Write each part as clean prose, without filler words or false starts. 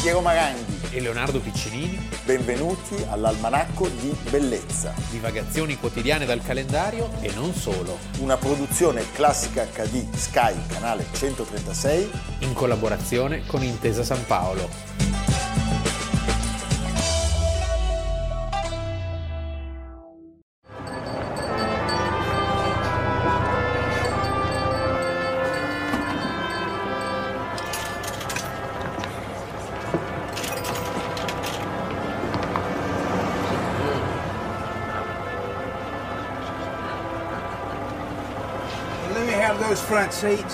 Piero Maranghi e Leonardo Piccinini. Benvenuti all'Almanacco di Bellezza. Divagazioni quotidiane dal calendario e non solo. Una produzione Classica HD Sky, canale 136. In collaborazione con Intesa San Paolo. Those front seats.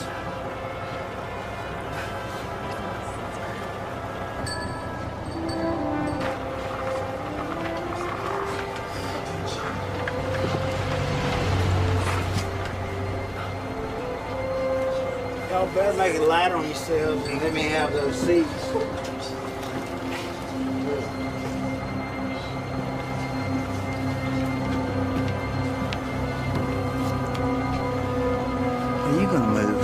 Y'all better make it light on yourselves and let me have those seats. Are you gonna move?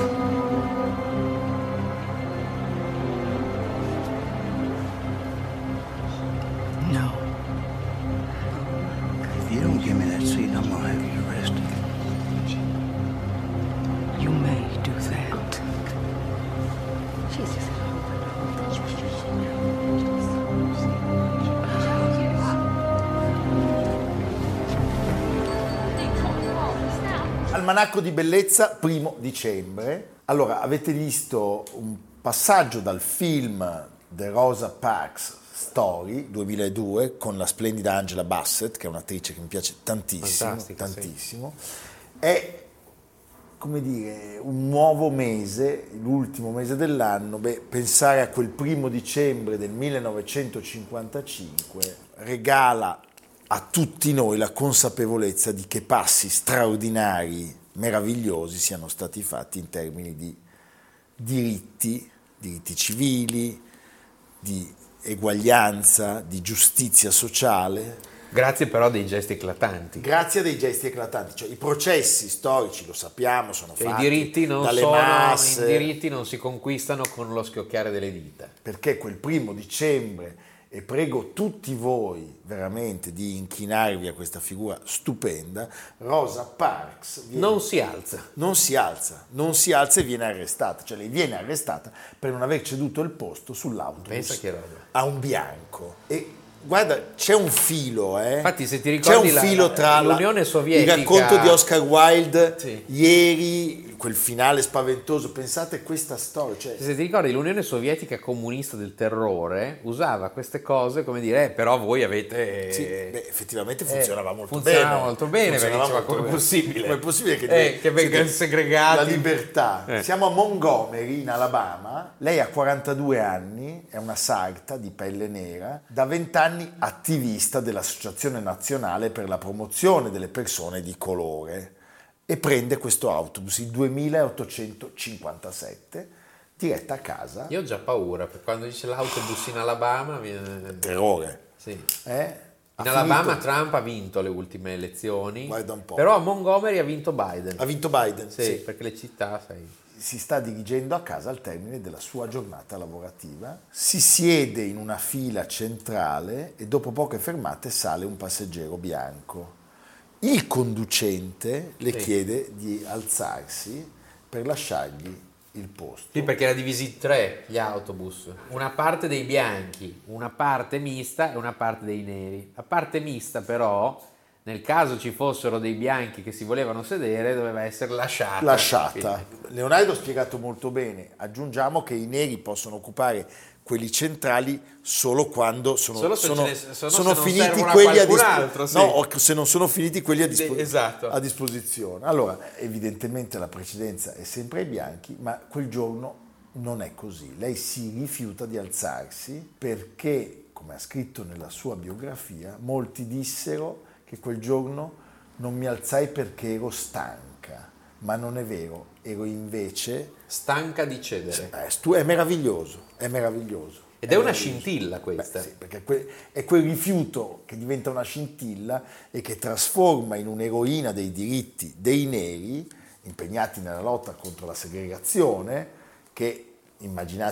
No. If you don't give me that seat, I'm gonna have you arrested. You may do that. Jesus. Almanacco di Bellezza, 1° dicembre. Allora, avete visto un passaggio dal film The Rosa Parks Story 2002 con la splendida Angela Bassett, che è un'attrice che mi piace tantissimo, tantissimo. Sì. È, come dire, un nuovo mese, l'ultimo mese dell'anno. Pensare a quel 1° dicembre del 1955 regala a tutti noi la consapevolezza di che passi straordinari, meravigliosi siano stati fatti in termini di diritti civili, di eguaglianza, di giustizia sociale. Grazie però a dei gesti eclatanti. Grazie a dei gesti eclatanti, cioè i processi storici, lo sappiamo, sono fatti i diritti non dalle sono, masse. I diritti non si conquistano con lo schioccare delle dita. Perché quel 1° dicembre, e prego tutti voi veramente di inchinarvi a questa figura stupenda, Rosa Parks non si alza e viene arrestata, cioè lei viene arrestata per non aver ceduto il posto sull'autobus. Pensa che roba. A un bianco. E guarda, c'è un filo, Infatti, se ti ricordi, c'è un filo tra l'Unione Sovietica, il racconto di Oscar Wilde, sì, ieri, quel finale spaventoso. Pensate a questa storia. Cioè, se ti ricordi, l'Unione Sovietica comunista del terrore usava queste cose come dire, però voi avete... Sì, effettivamente funzionava molto bene, perché diceva, come è possibile? Come è possibile che vengano segregati? La libertà. Siamo a Montgomery, in Alabama. Lei ha 42 anni, è una sarta di pelle nera, da 20 anni attivista dell'Associazione Nazionale per la Promozione delle Persone di Colore, e prende questo autobus, il 2857, diretta a casa. Io ho già paura, perché quando dice l'autobus in Alabama viene... Terrore. Sì. In Alabama Trump ha vinto le ultime elezioni, guarda un po'. Però a Montgomery ha vinto Biden. Ha vinto Biden, sì. Perché le città, sai... Si sta dirigendo a casa al termine della sua giornata lavorativa, si siede in una fila centrale e dopo poche fermate sale un passeggero bianco. Il conducente le chiede di alzarsi per lasciargli il posto. Sì, perché era divisi in 3 gli autobus, una parte dei bianchi, una parte mista e una parte dei neri. La parte mista però, nel caso ci fossero dei bianchi che si volevano sedere, doveva essere lasciata. Leonardo ha spiegato molto bene. Aggiungiamo che i neri possono occupare quelli centrali solo quando sono finiti quelli a disposizione. No, se non sono finiti quelli a disposizione. Allora, evidentemente la precedenza è sempre ai bianchi, ma quel giorno non è così. Lei si rifiuta di alzarsi perché, come ha scritto nella sua biografia, molti dissero che quel giorno non mi alzai perché ero stanca, ma non è vero, ero invece stanca di cedere. È meraviglioso. Ed è una scintilla questa. Sì, perché è quel rifiuto che diventa una scintilla e che trasforma in un'eroina dei diritti dei neri impegnati nella lotta contro la segregazione, che immaginatevi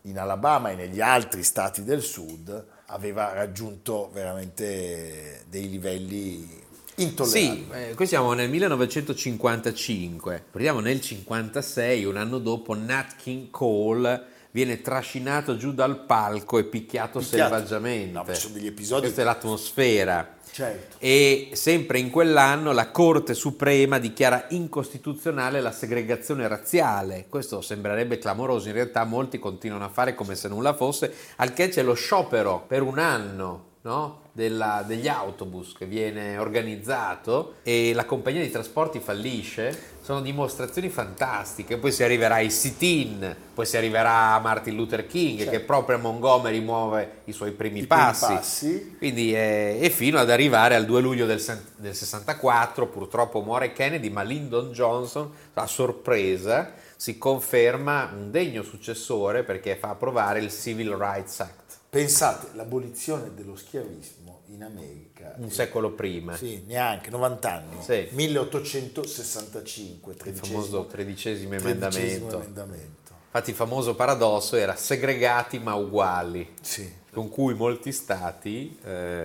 in Alabama e negli altri stati del sud aveva raggiunto veramente dei livelli intollerabili. Sì, qui siamo nel 1955, prendiamo nel 56, un anno dopo, Nat King Cole viene trascinato giù dal palco e picchiato selvaggiamente. No, ci sono degli episodi. Questa è l'atmosfera. Certo. E sempre in quell'anno la Corte Suprema dichiara incostituzionale la segregazione razziale. Questo sembrerebbe clamoroso, in realtà molti continuano a fare come se nulla fosse, al che c'è lo sciopero per un anno, no? Degli autobus che viene organizzato e la compagnia di trasporti fallisce. Sono dimostrazioni fantastiche. Poi si arriverà ai sit-in, poi si arriverà a Martin Luther King, certo, che proprio a Montgomery muove i suoi primi passi. Quindi e fino ad arrivare al 2 luglio del 64, purtroppo muore Kennedy, ma Lyndon Johnson, a sorpresa, si conferma un degno successore perché fa approvare il Civil Rights Act. Pensate, l'abolizione dello schiavismo in America... Un secolo prima. Sì, neanche, 90 anni. Sì. 1865, il famoso tredicesimo emendamento. Infatti il famoso paradosso era segregati ma uguali, sì, con cui molti stati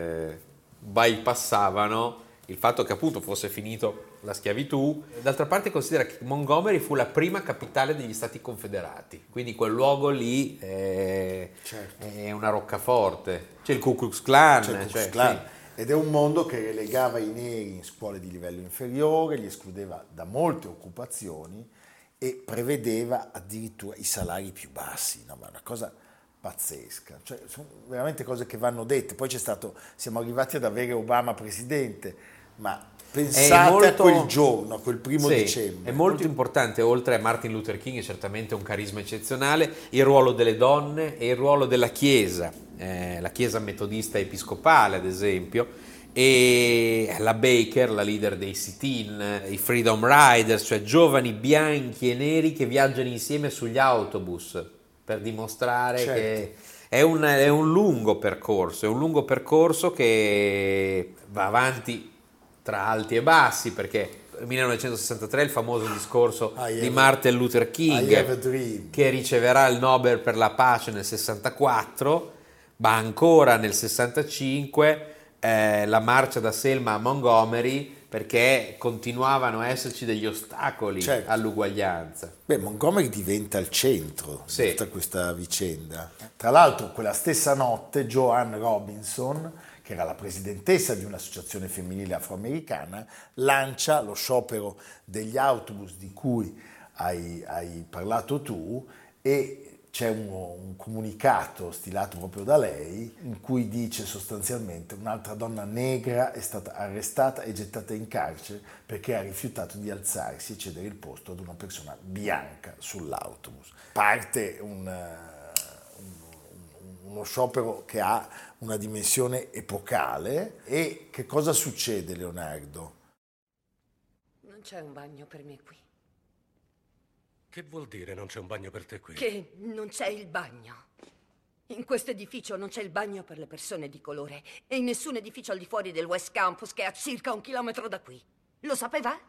bypassavano il fatto che appunto fosse finito la schiavitù. D'altra parte considera che Montgomery fu la prima capitale degli Stati Confederati, quindi quel luogo lì certo, è una roccaforte. C'è il Ku Klux Klan. Sì. Ed è un mondo che relegava i neri in scuole di livello inferiore, li escludeva da molte occupazioni e prevedeva addirittura i salari più bassi. No, ma è una cosa pazzesca, cioè, sono veramente cose che vanno dette. Poi siamo arrivati ad avere Obama presidente, ma pensate a quel giorno, a quel primo dicembre. È molto importante, oltre a Martin Luther King, certamente un carisma eccezionale, il ruolo delle donne e il ruolo della Chiesa, la Chiesa metodista episcopale ad esempio, e la Baker, la leader dei sit-in, i Freedom Riders, cioè giovani bianchi e neri che viaggiano insieme sugli autobus per dimostrare, certo, che è un lungo percorso che va avanti tra alti e bassi, perché nel 1963 il famoso discorso di Martin Luther King, che riceverà il Nobel per la pace nel 64, ma ancora nel 65 la marcia da Selma a Montgomery, perché continuavano a esserci degli ostacoli, certo, all'uguaglianza. Montgomery diventa il centro di tutta questa vicenda. Tra l'altro quella stessa notte Joanne Robinson, che era la presidentessa di un'associazione femminile afroamericana, lancia lo sciopero degli autobus di cui hai parlato tu, e c'è un comunicato stilato proprio da lei in cui dice sostanzialmente: un'altra donna negra è stata arrestata e gettata in carcere perché ha rifiutato di alzarsi e cedere il posto ad una persona bianca sull'autobus. Parte uno sciopero che ha una dimensione epocale. E che cosa succede, Leonardo? Non c'è un bagno per me qui. Che vuol dire non c'è un bagno per te qui? Che non c'è il bagno. In questo edificio non c'è il bagno per le persone di colore, e in nessun edificio al di fuori del West Campus, che è a circa 1 chilometro da qui. Lo sapeva?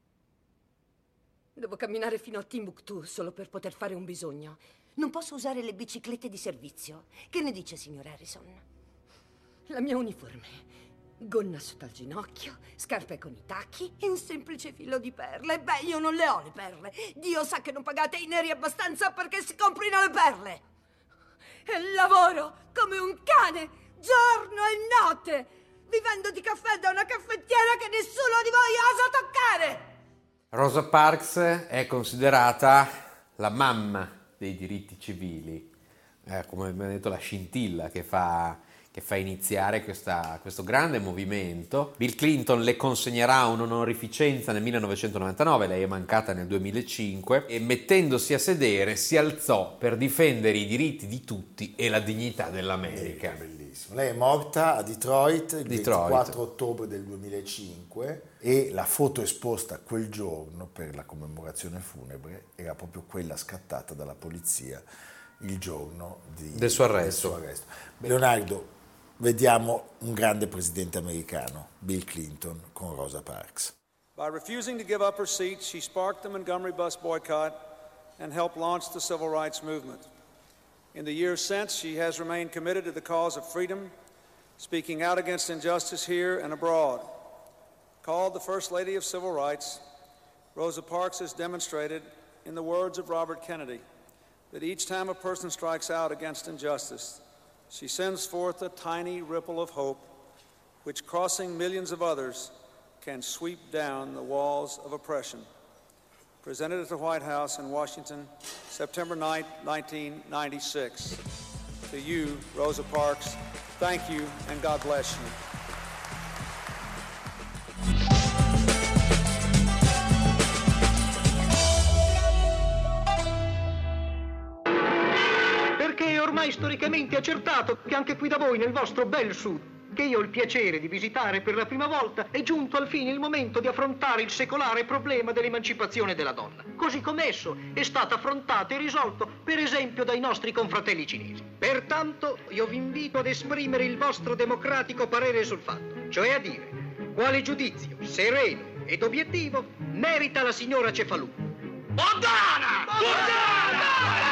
Devo camminare fino a Timbuktu solo per poter fare un bisogno. Non posso usare le biciclette di servizio. Che ne dice, signor Harrison? La mia uniforme, gonna sotto al ginocchio, scarpe con i tacchi e un semplice filo di perle. Beh, io non le ho le perle. Dio sa che non pagate i neri abbastanza perché si comprino le perle. E lavoro come un cane, giorno e notte, vivendo di caffè da una caffettiera che nessuno di voi osa toccare. Rosa Parks è considerata la mamma dei diritti civili, come abbiamo detto, la scintilla che fa iniziare questo grande movimento. Bill Clinton le consegnerà un'onorificenza nel 1999, lei è mancata nel 2005, e mettendosi a sedere si alzò per difendere i diritti di tutti e la dignità dell'America. Bellissimo. Lei è morta a Detroit il 24 ottobre del 2005 e la foto esposta quel giorno per la commemorazione funebre era proprio quella scattata dalla polizia il giorno del suo arresto. Leonardo, vediamo un grande presidente americano, Bill Clinton, con Rosa Parks. By refusing to give up her seat, she sparked the Montgomery bus boycott and helped launch the civil rights movement. In the years since, she has remained committed to the cause of freedom, speaking out against injustice here and abroad. Called the First Lady of Civil Rights, Rosa Parks has demonstrated, in the words of Robert Kennedy, that each time a person strikes out against injustice, she sends forth a tiny ripple of hope, which, crossing millions of others, can sweep down the walls of oppression. Presented at the White House in Washington, September 9, 1996. To you, Rosa Parks, thank you and God bless you. Perché è ormai storicamente accertato che anche qui da voi, nel vostro bel sud, che io ho il piacere di visitare per la prima volta, è giunto al fine il momento di affrontare il secolare problema dell'emancipazione della donna, così come esso è stato affrontato e risolto, per esempio, dai nostri confratelli cinesi. Pertanto, io vi invito ad esprimere il vostro democratico parere sul fatto, cioè a dire quale giudizio sereno ed obiettivo merita la signora Cefalù. Buongiorno! Buongiorno!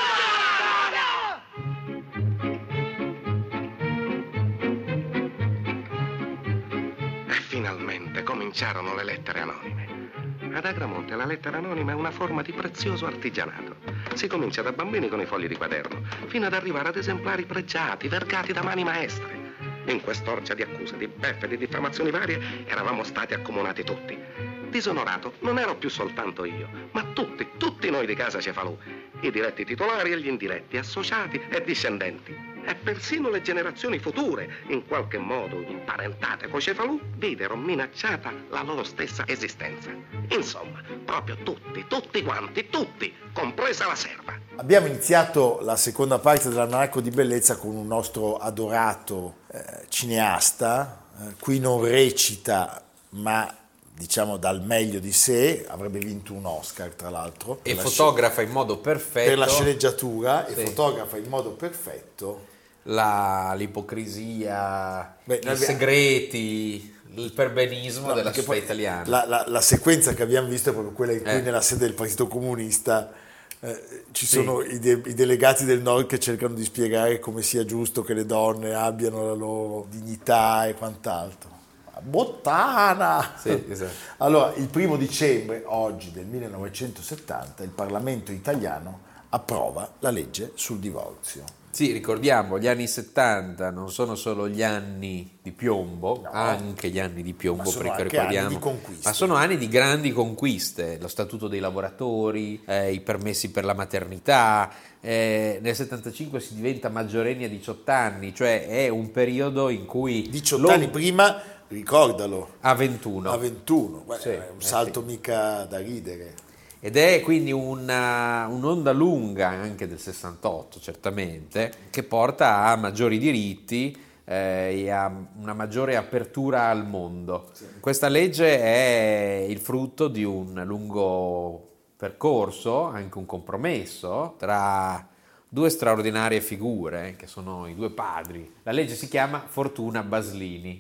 Finalmente cominciarono le lettere anonime. Ad Agramonte la lettera anonima è una forma di prezioso artigianato. Si comincia da bambini con i fogli di quaderno, fino ad arrivare ad esemplari pregiati, vergati da mani maestre. In quest'orgia di accuse, di beffe, di diffamazioni varie, eravamo stati accomunati tutti. Disonorato non ero più soltanto io, ma tutti noi di casa Cefalù, i diretti titolari e gli indiretti, associati e discendenti. E persino le generazioni future, in qualche modo imparentate con Cefalù, videro minacciata la loro stessa esistenza. Insomma, proprio tutti quanti, compresa la serva. Abbiamo iniziato la seconda parte dell'Almanacco di Bellezza con un nostro adorato cineasta, qui non recita, ma diciamo dal meglio di sé, avrebbe vinto un Oscar tra l'altro. E fotografa in modo perfetto. Per la sceneggiatura, sì. E fotografa in modo perfetto. L'ipocrisia, i segreti, il perbenismo della società italiana. La sequenza che abbiamo visto è proprio quella in cui nella sede del Partito Comunista ci sono i delegati del Nord che cercano di spiegare come sia giusto che le donne abbiano la loro dignità e quant'altro. Bottana! Sì, esatto. Allora, il 1 dicembre, oggi del 1970, il Parlamento italiano approva la legge sul divorzio. Sì, ricordiamo, gli anni 70 non sono solo gli anni di piombo, no, anche gli anni di piombo, ma sono perché anche ricordiamo, anni di conquiste. ma sono anni di grandi conquiste, lo statuto dei lavoratori, i permessi per la maternità, nel 75 si diventa maggiorenni a 18 anni, cioè è un periodo in cui... 18 anni prima, ricordalo. A 21. A 21, beh, sì, è un salto mica da ridere. Ed è quindi un'onda lunga anche del 68 certamente, che porta a maggiori diritti e a una maggiore apertura al mondo. Sì. Questa legge è il frutto di un lungo percorso, anche un compromesso tra due straordinarie figure che sono i due padri. La legge si chiama Fortuna Baslini.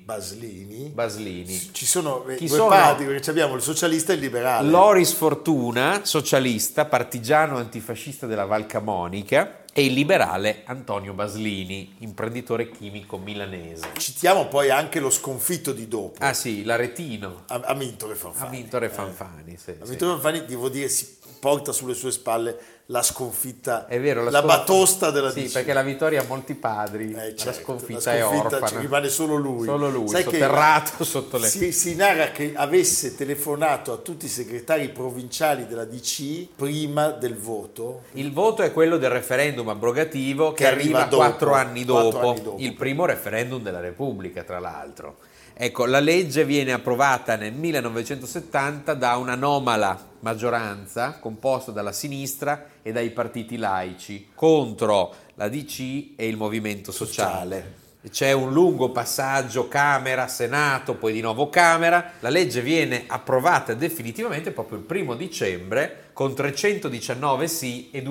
Baslini. Ci sono due padri, perché abbiamo il socialista e il liberale. Loris Fortuna, socialista, partigiano antifascista della Val Camonica, e il liberale Antonio Baslini, imprenditore chimico milanese. Citiamo poi anche lo sconfitto di dopo. Ah sì, l'Aretino. Amintore Fanfani. Amintore Fanfani, sì. Amintore Fanfani, devo dire, si porta sulle sue spalle la sconfitta, è vero, la batosta della DC. Sì, DC. perché la vittoria ha molti padri, certo, la sconfitta è orfana. Ci rimane solo lui. Sai sotterrato sotto le... Si narra che avesse telefonato a tutti i segretari provinciali della DC prima del voto. Il voto è quello del referendum abrogativo che arriva 4 anni dopo, il primo referendum della Repubblica, tra l'altro. Ecco, la legge viene approvata nel 1970 da un'anomala maggioranza composta dalla sinistra e dai partiti laici contro la DC e il Movimento Sociale. C'è un lungo passaggio Camera, Senato, poi di nuovo Camera. La legge viene approvata definitivamente proprio il 1 dicembre con 319 sì e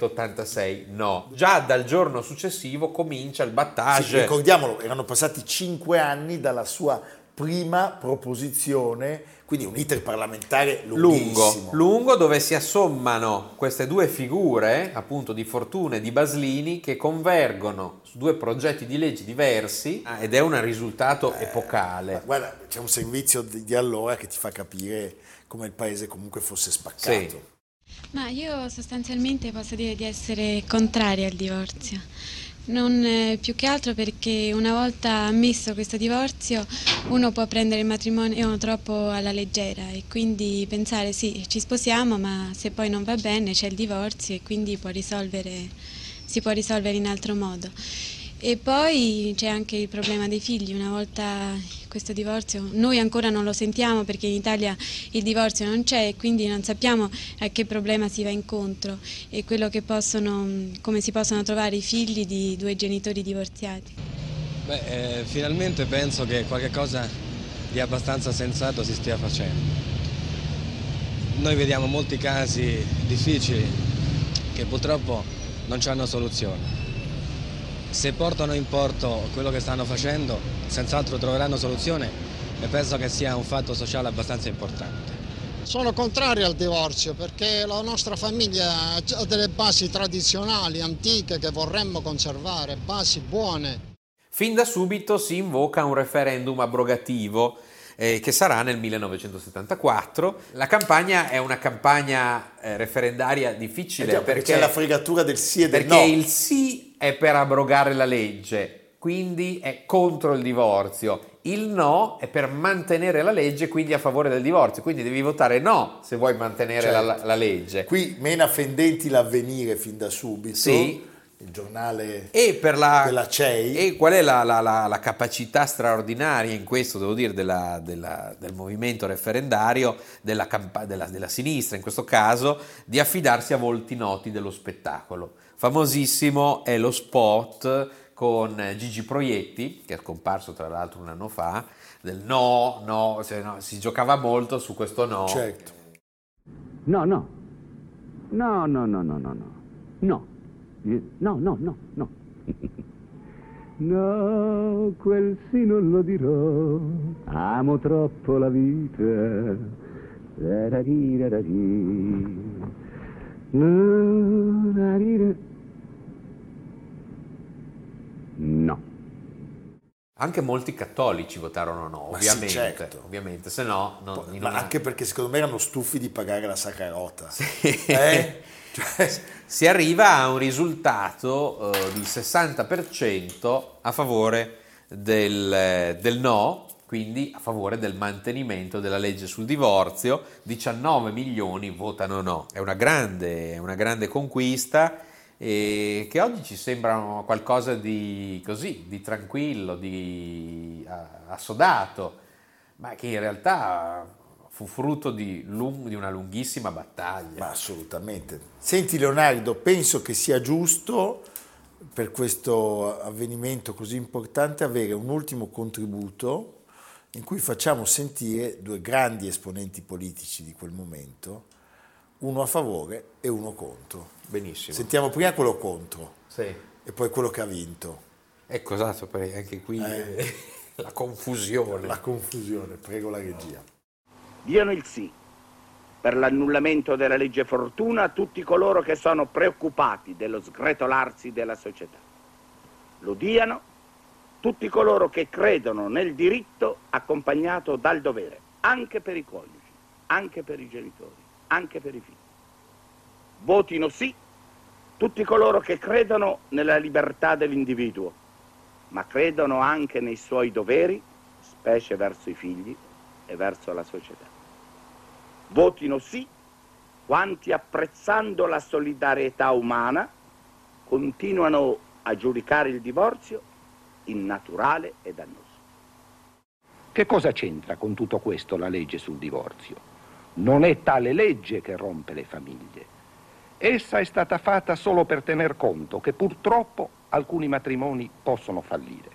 286 no. Già dal giorno successivo comincia il battage. Sì, ricordiamolo, erano passati 5 anni dalla sua prima proposizione, quindi un iter parlamentare lunghissimo. Lungo, dove si assommano queste due figure, appunto di Fortuna e di Baslini, che convergono su due progetti di legge diversi ed è un risultato epocale. Guarda, c'è un servizio di allora che ti fa capire come il paese comunque fosse spaccato. Sì. Ma io sostanzialmente posso dire di essere contraria al divorzio. Non più che altro perché una volta ammesso questo divorzio uno può prendere il matrimonio troppo alla leggera e quindi pensare sì, ci sposiamo, ma se poi non va bene c'è il divorzio e quindi si può risolvere in altro modo. E poi c'è anche il problema dei figli. Una volta questo divorzio, noi ancora non lo sentiamo perché in Italia il divorzio non c'è e quindi non sappiamo a che problema si va incontro e come si possono trovare i figli di due genitori divorziati. Finalmente penso che qualche cosa di abbastanza sensato si stia facendo. Noi vediamo molti casi difficili che purtroppo non hanno soluzione. Se portano in porto quello che stanno facendo, senz'altro troveranno soluzione e penso che sia un fatto sociale abbastanza importante. Sono contrario al divorzio perché la nostra famiglia ha delle basi tradizionali, antiche, che vorremmo conservare, basi buone. Fin da subito si invoca un referendum abrogativo che sarà nel 1974. La campagna è una campagna referendaria difficile perché c'è la fregatura del sì e del no. Perché il sì è per abrogare la legge, quindi è contro il divorzio. Il no è per mantenere la legge, quindi a favore del divorzio. Quindi devi votare no se vuoi mantenere la legge. Qui mena fendenti l'Avvenire fin da subito. Sì. Il giornale della CEI. E qual è la capacità straordinaria in questo, devo dire, del movimento referendario, della sinistra in questo caso, di affidarsi a volti noti dello spettacolo. Famosissimo è lo spot con Gigi Proietti, che è scomparso tra l'altro un anno fa, del no, si giocava molto su questo no. Certo. No. No, quel sì non lo dirò, amo troppo la vita. No. Anche molti cattolici votarono no, ovviamente, sì, certo. Ovviamente, se no... Ma anche perché secondo me erano stufi di pagare la Sacra Rota. Sì. Si arriva a un risultato del 60% a favore del no, quindi a favore del mantenimento della legge sul divorzio. 19 milioni votano no. È una grande conquista che oggi ci sembra qualcosa di tranquillo, di assodato, ma che in realtà fu frutto di una lunghissima battaglia. Ma assolutamente. Senti Leonardo, penso che sia giusto per questo avvenimento così importante avere un ultimo contributo in cui facciamo sentire due grandi esponenti politici di quel momento, uno a favore e uno contro. Benissimo. Sentiamo prima quello contro, sì, e poi quello che ha vinto. Ecco, esatto, poi anche qui la confusione. La confusione, prego la regia. Diano il sì per l'annullamento della legge Fortuna a tutti coloro che sono preoccupati dello sgretolarsi della società. Lo diano tutti coloro che credono nel diritto accompagnato dal dovere, anche per i coniugi, anche per i genitori, anche per i figli. Votino sì tutti coloro che credono nella libertà dell'individuo, ma credono anche nei suoi doveri, specie verso i figli e verso la società. Votino sì quanti, apprezzando la solidarietà umana, continuano a giudicare il divorzio innaturale e dannoso. Che cosa c'entra con tutto questo la legge sul divorzio? Non è tale legge che rompe le famiglie. Essa è stata fatta solo per tener conto che purtroppo alcuni matrimoni possono fallire.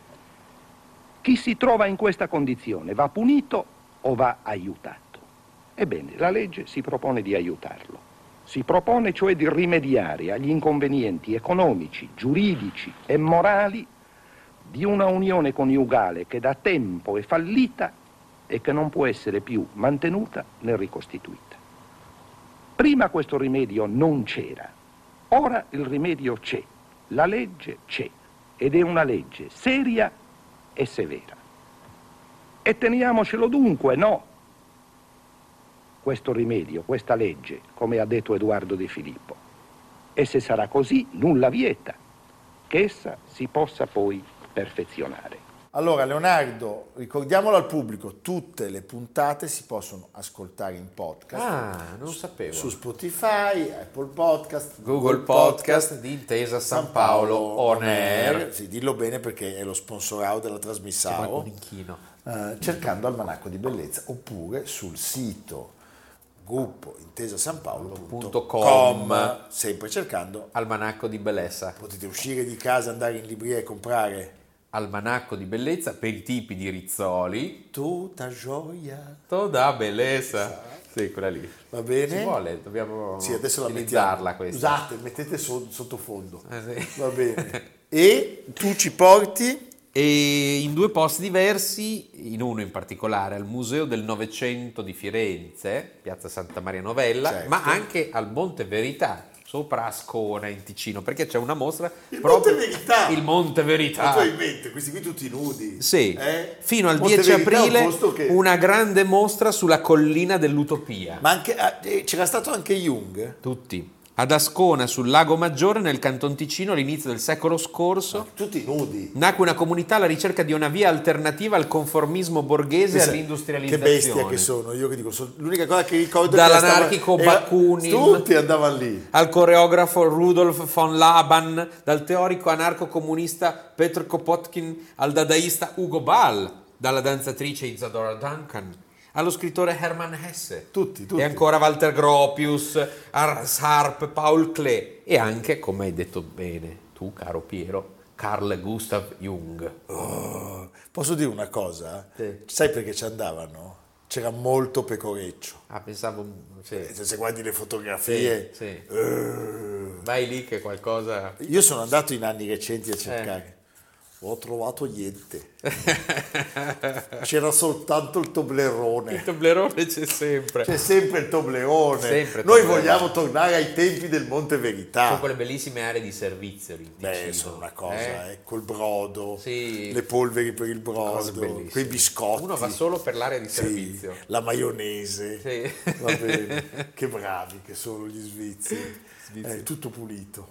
Chi si trova in questa condizione va punito o va aiutato? Ebbene, la legge si propone di aiutarlo. Si propone cioè di rimediare agli inconvenienti economici, giuridici e morali di una unione coniugale che da tempo è fallita e che non può essere più mantenuta né ricostituita. Prima questo rimedio non c'era, ora il rimedio c'è, la legge c'è ed è una legge seria e severa. E teniamocelo dunque, no? Questo rimedio, questa legge, come ha detto Edoardo De Filippo. E se sarà così, nulla vieta che essa si possa poi perfezionare. Allora, Leonardo, ricordiamolo al pubblico, tutte le puntate si possono ascoltare in podcast. Ah, non sapevo. Su Spotify, Apple Podcast, Google Podcast di Intesa San Paolo On Air. Sì, dillo bene perché è lo sponsorato della trasmissione. Cercando Almanacco di Bellezza, oppure sul sito gruppo intesasanpaolo.com, sempre cercando Almanacco di Bellezza. Potete uscire di casa, andare in libreria e comprare Almanacco di Bellezza per i tipi di Rizzoli. Tutta gioia, toda bellezza. Sì, quella lì. Va bene? Ci vuole, dobbiamo adesso utilizzarla questa. Usate, mettete sottofondo. Sì. Va bene. E tu ci porti? E in 2 posti diversi, in uno in particolare al Museo del Novecento di Firenze, Piazza Santa Maria Novella, certo, ma anche al Monte Verità, sopra Ascona in Ticino, perché c'è una mostra Monte Verità. Il Monte Verità. Ma tu hai in mente questi qui tutti nudi? Sì. Fino al 10 aprile una grande mostra sulla collina dell'utopia. Ma anche c'era stato anche Jung? Tutti. Ad Ascona, sul Lago Maggiore, nel Canton Ticino, all'inizio del secolo scorso, tutti nudi, nacque una comunità alla ricerca di una via alternativa al conformismo borghese e all'industrializzazione. Che bestia che sono, io che dico, l'unica cosa che ricordo dall'anarchico Bakunin, tutti andavano lì, al coreografo Rudolf von Laban, dal teorico anarco-comunista Petr Kropotkin al dadaista Hugo Ball, dalla danzatrice Isadora Duncan allo scrittore Hermann Hesse, tutti. E ancora Walter Gropius, Ars Harp, Paul Klee e anche, come hai detto bene tu, caro Piero, Carl Gustav Jung. Oh, posso dire una cosa? Sì. Sai perché ci andavano? C'era molto pecoreccio. Ah, pensavo... Sì. Se guardi le fotografie... Sì. Vai lì che qualcosa... Io sono andato in anni recenti a cercare. Ho trovato niente. C'era soltanto il Toblerone. Il Toblerone c'è sempre. C'è sempre il Toblerone. Noi vogliamo tornare ai tempi del Monte Verità. Sono quelle bellissime aree di servizio lì. Sono una cosa, col brodo, le polveri per il brodo, quei biscotti. Uno va solo per l'area di servizio. La maionese. Sì. Va bene. Che bravi che sono gli svizzeri. Tutto pulito.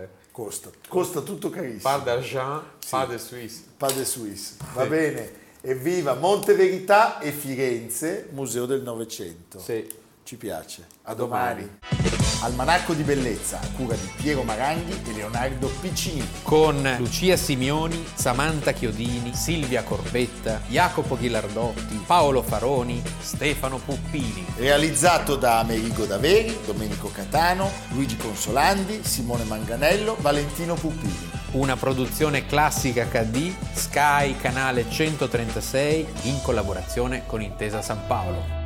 Costa tutto carissimo. Pas d'argent, pas de Suisse. Pas de Suisse. Va bene. Evviva Monte Verità e Firenze, Museo del Novecento. Sì. Ci piace. A domani. Almanacco di Bellezza, a cura di Piero Maranghi e Leonardo Piccini. Con Lucia Simioni, Samantha Chiodini, Silvia Corbetta, Jacopo Ghilardotti, Paolo Faroni, Stefano Puppini. Realizzato da Amerigo Daveri, Domenico Catano, Luigi Consolandi, Simone Manganello, Valentino Puppini. Una produzione Classica HD, Sky Canale 136, in collaborazione con Intesa San Paolo.